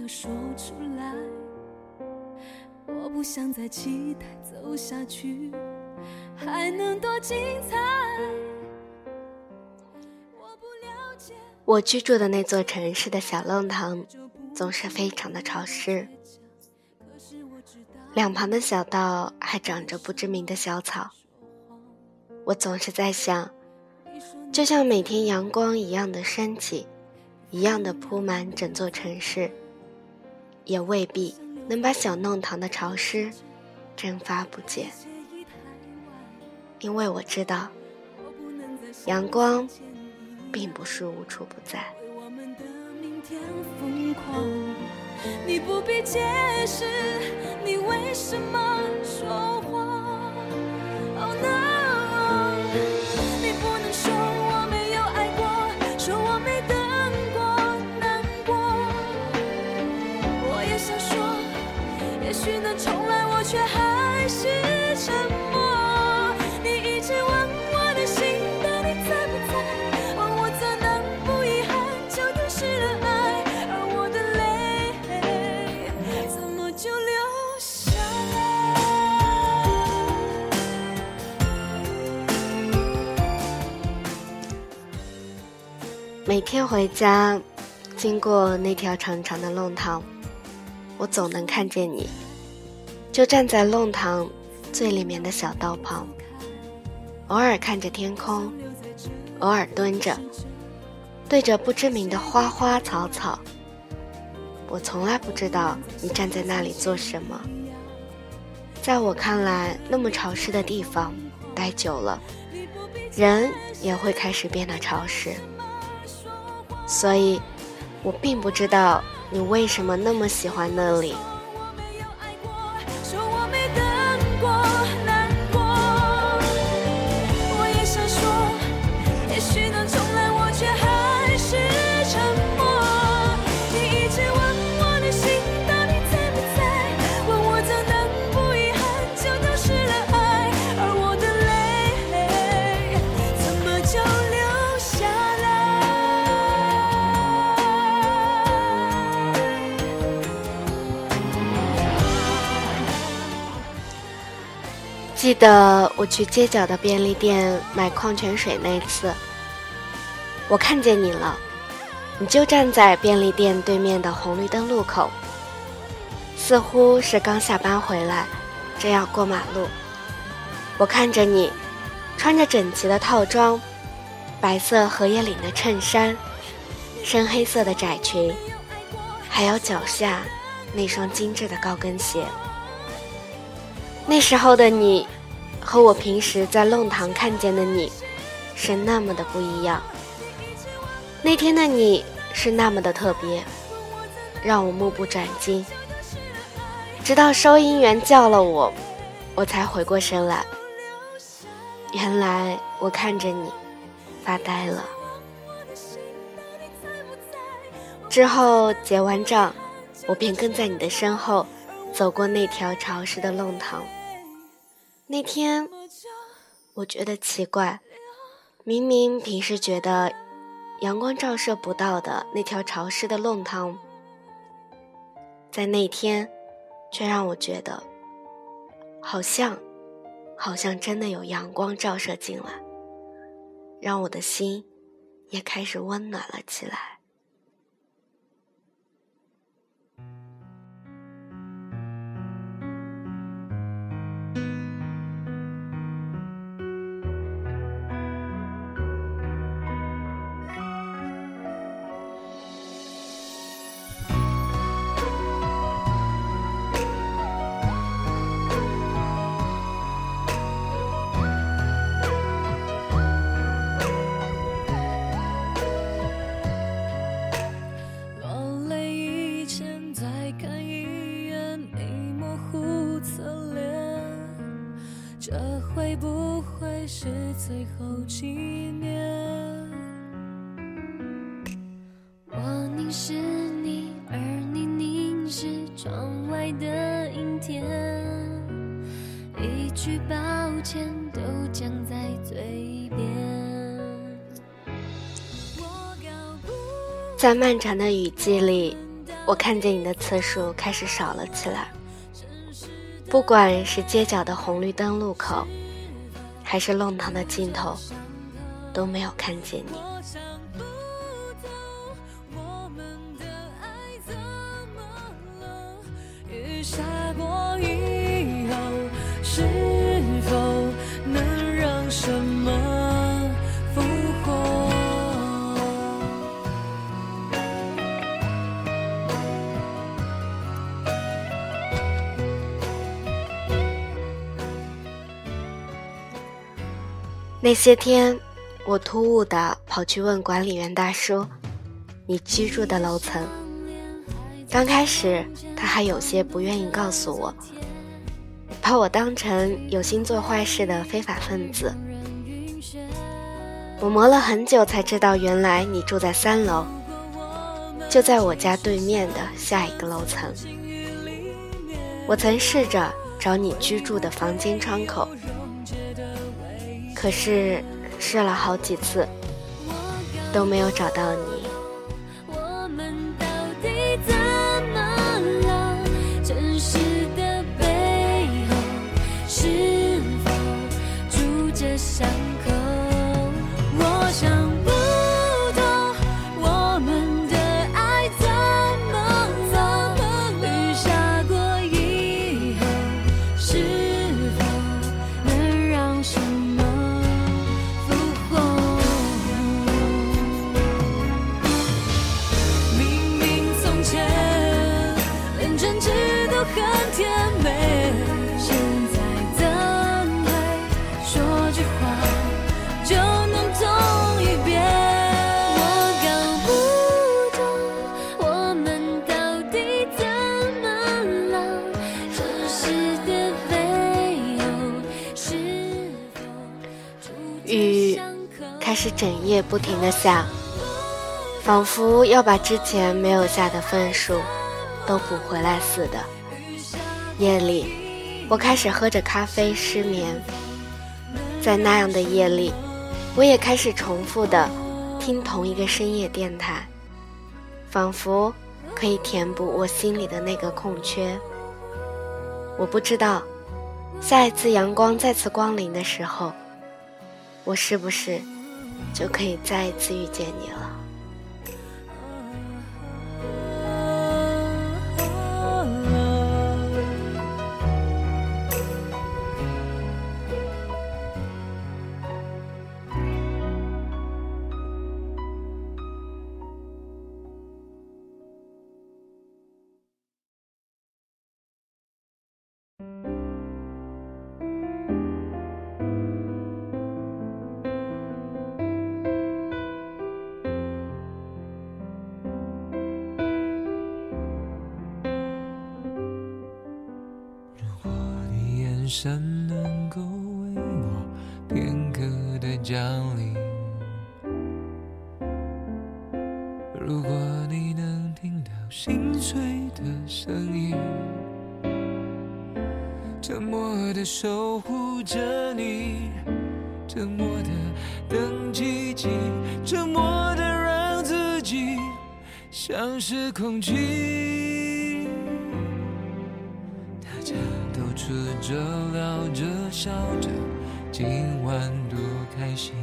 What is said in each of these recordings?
有说出来，我不想再期待走下去还能多精彩。 我居住的那座城市的小弄堂总是非常的潮湿，两旁的小道还长着不知名的小草。我总是在想，就像每天阳光一样的升起，一样的铺满整座城市，也未必能把小弄堂的潮湿蒸发不见。因为我知道，阳光并不是无处不在。 你不必解释你为什么说谎。 Oh no， 你不能说我没有爱过，说我没等过难过。我也想说也许能重来，我却还是沉默。你一直问我的心到底在不在，问我怎能不遗憾就丢失了爱，而我的泪怎么就流下来。 每天回家经过那条长长的弄堂，我总能看见你，就站在弄堂最里面的小道旁，偶尔看着天空，偶尔蹲着对着不知名的花花草草。我从来不知道你站在那里做什么。在我看来，那么潮湿的地方待久了，人也会开始变得潮湿。所以我并不知道你为什么那么喜欢那里。记得我去街角的便利店买矿泉水那次，我看见你了，你就站在便利店对面的红绿灯路口，似乎是刚下班回来，正要过马路。我看着你，穿着整齐的套装，白色荷叶领的衬衫，深黑色的窄裙，还有脚下那双精致的高跟鞋。那时候的你和我平时在弄堂看见的你是那么的不一样，那天的你是那么的特别，让我目不转睛。直到收银员叫了我，我才回过神来，原来我看着你发呆了。之后结完账，我便跟在你的身后走过那条潮湿的弄堂。那天我觉得奇怪，明明平时觉得阳光照射不到的那条潮湿的弄堂，在那天却让我觉得好像真的有阳光照射进来，让我的心也开始温暖了起来。 会不会是最后纪念？我凝视你，而你凝视窗外的阴天，一句抱歉都讲在嘴边。 在漫长的雨季里， 我看见你的次数开始少了起来。不管是街角的红绿灯路口，还是弄堂的尽头，都没有看见你。 雨下过以后，是否能让什么复活？ 那些天，我突兀地跑去问管理员大叔，你居住的楼层。刚开始他还有些不愿意告诉我，把我当成有心做坏事的非法分子。我磨了很久才知道，原来你住在3楼，就在我家对面的下一个楼层。我曾试着找你居住的房间窗口，可是试了好几次都没有找到你。 我们到底怎么了？真实的背后是否住着伤口？我想不通我们的爱怎么了？雨下过以后是否能让什么复活？明明从前连争执都很甜美，现在怎会说句话就能痛一遍？我搞不懂我们到底怎么了？真实的背后是否住雨着伤口？ 开始整夜不停地下，仿佛要把之前没有下的分数都补回来似的。夜里，我开始喝着咖啡失眠。在那样的夜里，我也开始重复地听同一个深夜电台，仿佛可以填补我心里的那个空缺。我不知道，下一次阳光再次光临的时候，我是不是就可以再一次遇见你了。 眼神能够为我片刻的降临，如果你能听到心碎的声音，沉默的守护着你，沉默的等奇迹，沉默的让自己像是空气。大家都吃着聊着笑着，今晚多开心，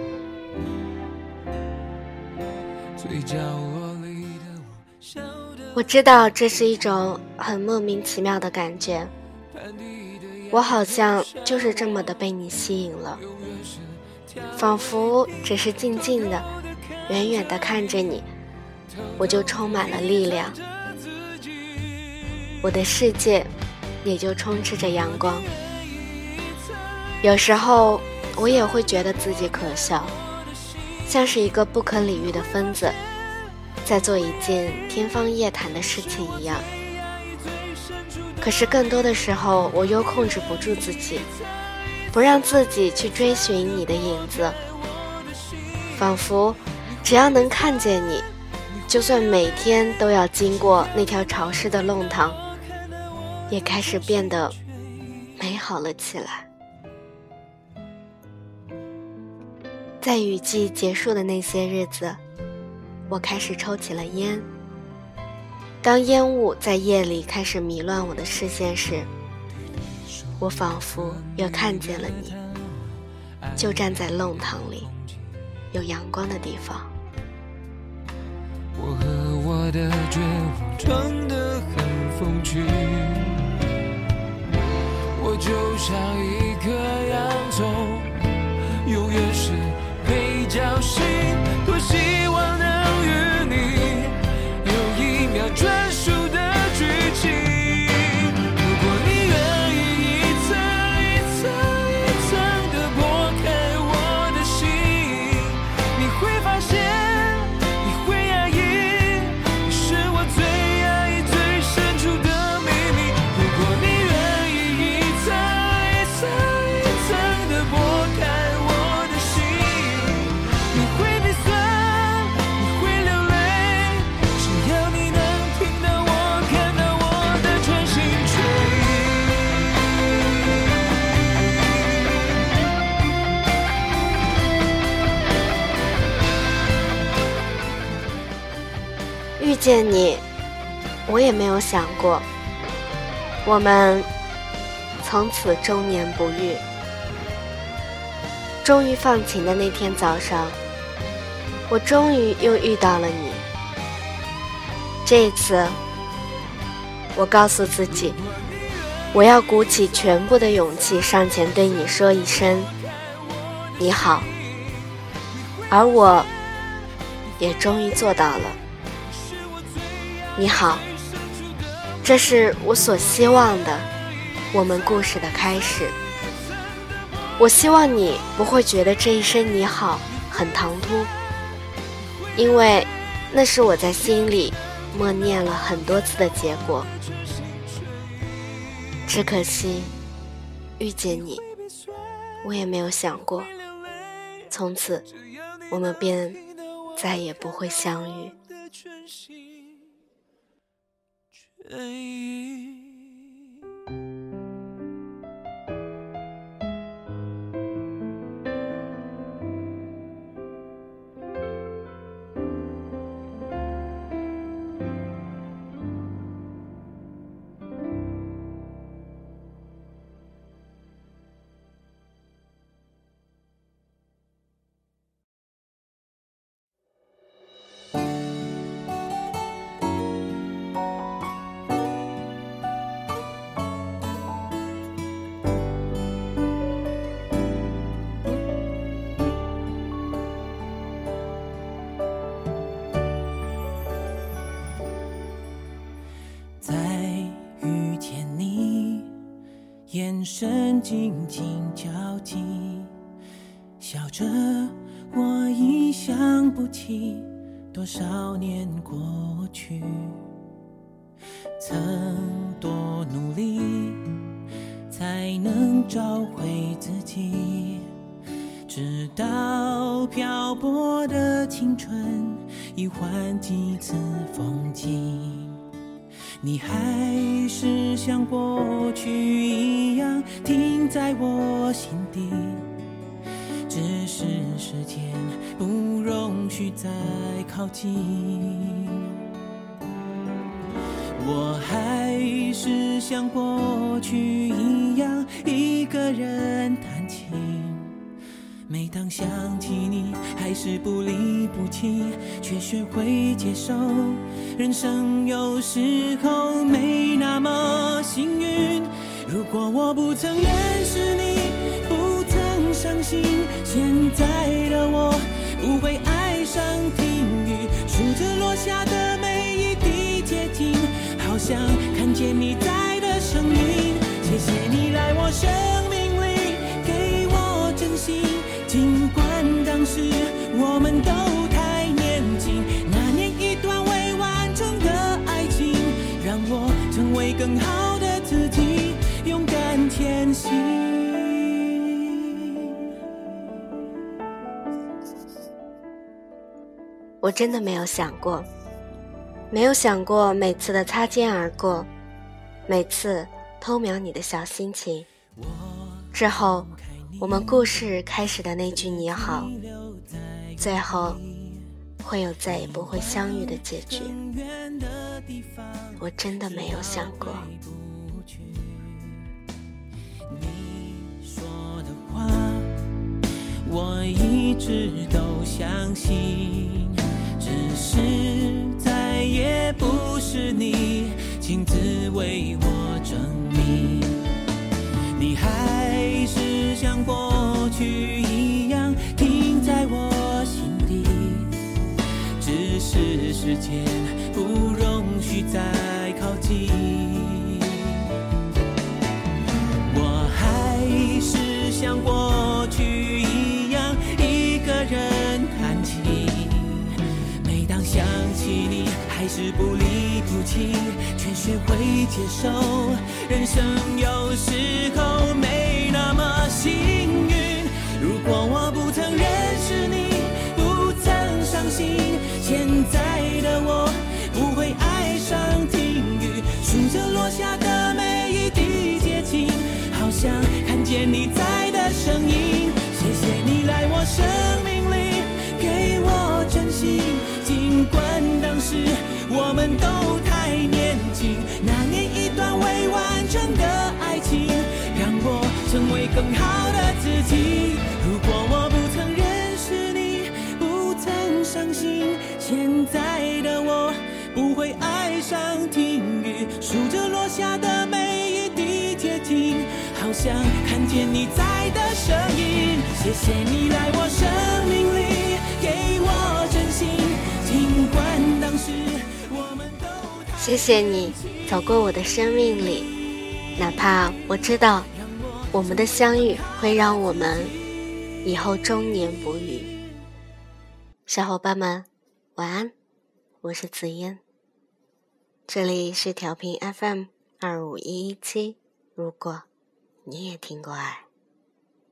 最角落里的我笑得我知道这是一种很莫名其妙的感觉，我好像就是这么的被你吸引了，仿佛只是静静的远远的看着你，我就充满了力量，我的世界也就充斥着阳光。有时候我也会觉得自己可笑，像是一个不可理喻的疯子，在做一件天方夜谭的事情一样。可是更多的时候，我又控制不住自己，不让自己去追寻你的影子，仿佛只要能看见你，就算每天都要经过那条潮湿的弄堂，也开始变得美好了起来。在雨季结束的那些日子，我开始抽起了烟， 当烟雾在夜里开始迷乱我的视线时，我仿佛又看见了你，就站在弄堂里有阳光的地方。 我和我的绝望装得很风趣，我就像一颗洋葱，永远是配角型，多希望能与你有一秒专属的剧情。如果你愿意一层一层一层地剥开我的心，你会发现你会压抑，你是我最压抑最深处的秘密。如果你愿意一层一层一层地剥开我的心，你会鼻酸，你会流泪，只要你能听到我，看到我的全心全意。 遇见你，我也没有想过，我们从此终年不遇。终于放晴的那天早上，我终于又遇到了你。这一次，我告诉自己，我要鼓起全部的勇气上前对你说一声你好，而我也终于做到了。你好，这是我所希望的，我们故事的开始。我希望你不会觉得这一声你好很唐突，因为那是我在心里默念了很多次的结果。只可惜遇见你，我也没有想过，从此我们便再也不会相遇。 眼神紧紧交集，笑着我已想不起多少年过去，曾多努力才能找回自己，直到漂泊的青春已换几次风景，你还是像过去一样停在我心底，只是时间不容许再靠近，我还是像过去一样一个人弹琴，每当想起你还是不离不弃，却学会接受人生有时候没那么幸运。如果我不曾认识你，不曾伤心，现在的我不会爱上听雨，数着落下的每一滴结晶，好像看见你在的声音。谢谢你来我生命里给我真心，尽管当时我们都太年轻，那年一段未完成的爱情，让我成为更好的自己，勇敢前行。 我真的没有想过，没有想过每次的擦肩而过，每次偷瞄你的小心情，之后我们故事开始的那句你好，最后会有再也不会相遇的结局。我真的没有想过。 你说的话我一直都相信，只是再也不是你亲自为我证明。你还是像过去一样停在我心底，只是时间不容许再靠近。我还是像过去一样一个人弹琴，每当想起你还是不离不弃，却学会接受人生有时候没那么幸运。如果我不曾认识你，不曾相信现在的我不会爱上听雨，数着落下的每一滴结晶，好像看见你在的声音。谢谢你来我生命里给我真心，尽管当时我们都太年轻，那年一段未完整的爱情让我成为更好的自己。如果我不曾认识你，不曾相信现在的我不会爱上听雨，数着落下的每一滴结晶，好像看见你在的声音。谢谢你来我生命里给我真心，尽管当时我们都谢谢你走过我的生命里，哪怕我知道我们的相遇会让我们以后终年不渝。小伙伴们晚安，我是紫嫣，这里是调频 FM 25117，如果你也听过爱。